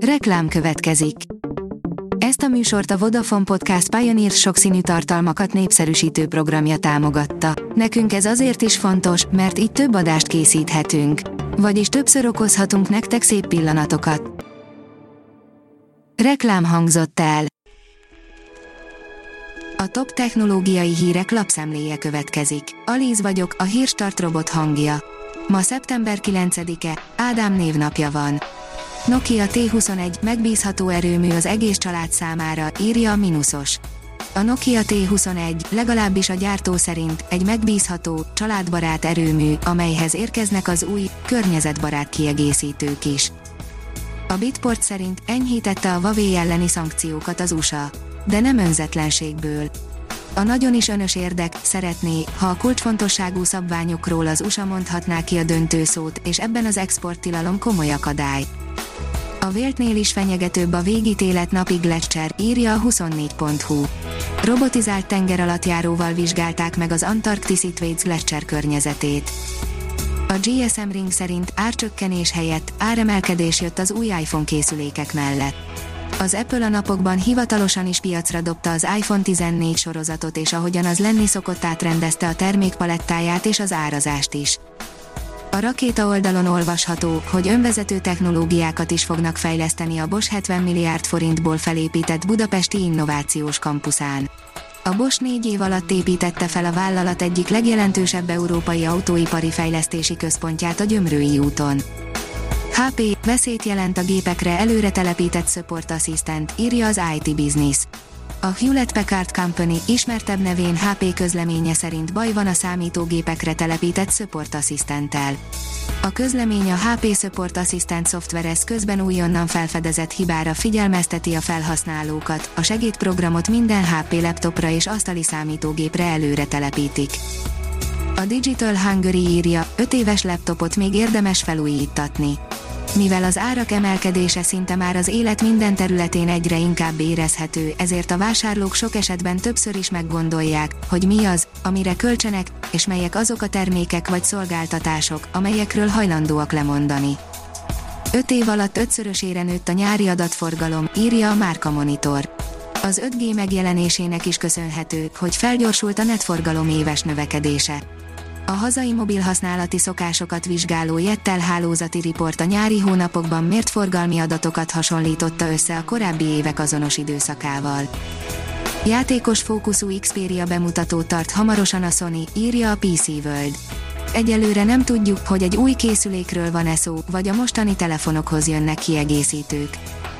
Reklám következik. Ezt a műsort a Vodafone Podcast Pioneer sokszínű tartalmakat népszerűsítő programja támogatta. Nekünk ez azért is fontos, mert így több adást készíthetünk. Vagyis többször okozhatunk nektek szép pillanatokat. Reklám hangzott el. A top technológiai hírek lapszemléje következik. Alíz vagyok, a Hírstart robot hangja. Ma szeptember 9-e, Ádám névnapja van. Nokia T21 megbízható erőmű az egész család számára, írja a Minusos. A Nokia T21, legalábbis a gyártó szerint, egy megbízható, családbarát erőmű, amelyhez érkeznek az új, környezetbarát kiegészítők is. A Bitport szerint enyhítette a Huawei elleni szankciókat az USA. De nem önzetlenségből. A nagyon is önös érdek szeretné, ha a kulcsfontosságú szabványokról az USA mondhatná ki a döntő szót, és ebben az exporttilalom komoly akadály. A véltnél is fenyegetőbb a végítélet napi Gletscher, írja a 24.hu. Robotizált tengeralattjáróval vizsgálták meg az Antarktiszi Thwaites Gletscher környezetét. A GSM Ring szerint árcsökkenés helyett áremelkedés jött az új iPhone készülékek mellett. Az Apple a napokban hivatalosan is piacra dobta az iPhone 14 sorozatot, és ahogyan az lenni szokott, átrendezte a termékpalettáját és az árazást is. A rakéta oldalon olvasható, hogy önvezető technológiákat is fognak fejleszteni a Bosch 70 milliárd forintból felépített budapesti innovációs kampuszán. A Bosch 4 év alatt építette fel a vállalat egyik legjelentősebb európai autóipari fejlesztési központját a Gyömrői úton. HP veszélyt jelent a gépekre előre telepített Support Assistant, írja az IT Business. A Hewlett-Packard Company, ismertebb nevén HP közleménye szerint baj van a számítógépekre telepített Support Assistant-tel. A közlemény a HP Support Assistant szoftverez közben újonnan felfedezett hibára figyelmezteti a felhasználókat, a segédprogramot minden HP laptopra és asztali számítógépre előre telepítik. A Digital Hungary írja, 5 éves laptopot még érdemes felújítatni. Mivel az árak emelkedése szinte már az élet minden területén egyre inkább érezhető, ezért a vásárlók sok esetben többször is meggondolják, hogy mi az, amire költsenek, és melyek azok a termékek vagy szolgáltatások, amelyekről hajlandóak lemondani. 5 év alatt 5-szörösére nőtt a nyári adatforgalom, írja a Márka Monitor. Az 5G megjelenésének is köszönhető, hogy felgyorsult a netforgalom éves növekedése. A hazai mobilhasználati szokásokat vizsgáló Jettel hálózati riport a nyári hónapokban mért forgalmi adatokat hasonlította össze a korábbi évek azonos időszakával. Játékos fókuszú Xperia bemutatót tart hamarosan a Sony, írja a PC World. Egyelőre nem tudjuk, hogy egy új készülékről van-e szó, vagy a mostani telefonokhoz jönnek kiegészítők.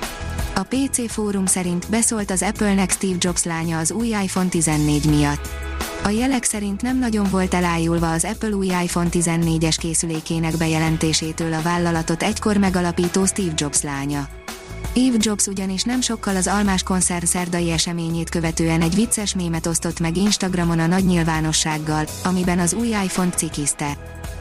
A PC Fórum szerint beszólt az Apple-nek Steve Jobs lánya az új iPhone 14 miatt. A jelek szerint nem nagyon volt elájulva az Apple új iPhone 14-es készülékének bejelentésétől a vállalatot egykor megalapító Steve Jobs lánya. Steve Jobs ugyanis nem sokkal az Almás koncern szerdai eseményét követően egy vicces mémet osztott meg Instagramon a nagy nyilvánossággal, amiben az új iPhone-t cikizte.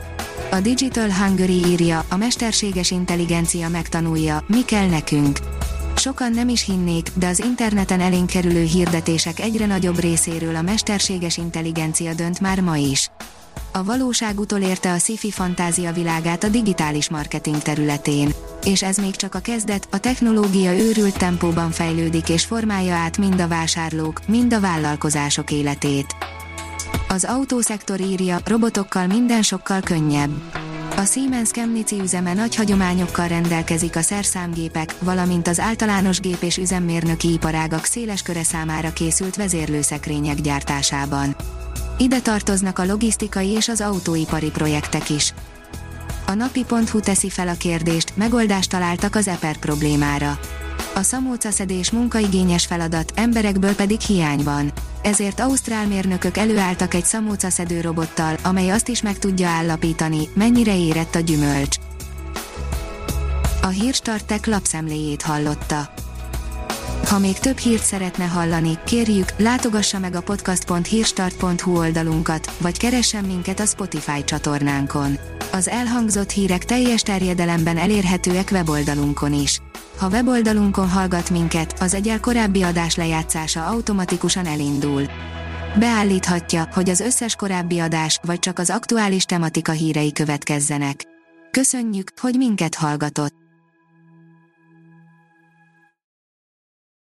A Digital Hungary írja, a mesterséges intelligencia megtanulja, mi kell nekünk. Sokan nem is hinnék, de az interneten elénk kerülő hirdetések egyre nagyobb részéről a mesterséges intelligencia dönt már ma is. A valóság utolérte a sci-fi fantázia világát a digitális marketing területén. És ez még csak a kezdet, a technológia őrült tempóban fejlődik és formálja át mind a vásárlók, mind a vállalkozások életét. Az autószektor írja, robotokkal minden sokkal könnyebb. A Siemens Chemnitzi üzeme nagy hagyományokkal rendelkezik a szerszámgépek, valamint az általános gép- és üzemmérnöki iparágak széles köre számára készült vezérlőszekrények gyártásában. Ide tartoznak a logisztikai és az autóipari projektek is. A napi.hu teszi fel a kérdést, megoldást találtak az EPER problémára. A szamócaszedés munkaigényes feladat, emberekből pedig hiány van. Ezért ausztrál mérnökök előálltak egy szamócaszedő robottal, amely azt is meg tudja állapítani, mennyire érett a gyümölcs. A Hírstart Tech lapszemléjét hallotta. Ha még több hírt szeretne hallani, kérjük, látogassa meg a podcast.hírstart.hu oldalunkat, vagy keressen minket a Spotify csatornánkon. Az elhangzott hírek teljes terjedelemben elérhetőek weboldalunkon is. Ha weboldalunkon hallgat minket, az egyel korábbi adás lejátszása automatikusan elindul. Beállíthatja, hogy az összes korábbi adás, vagy csak az aktuális tematika hírei következzenek. Köszönjük, hogy minket hallgatott!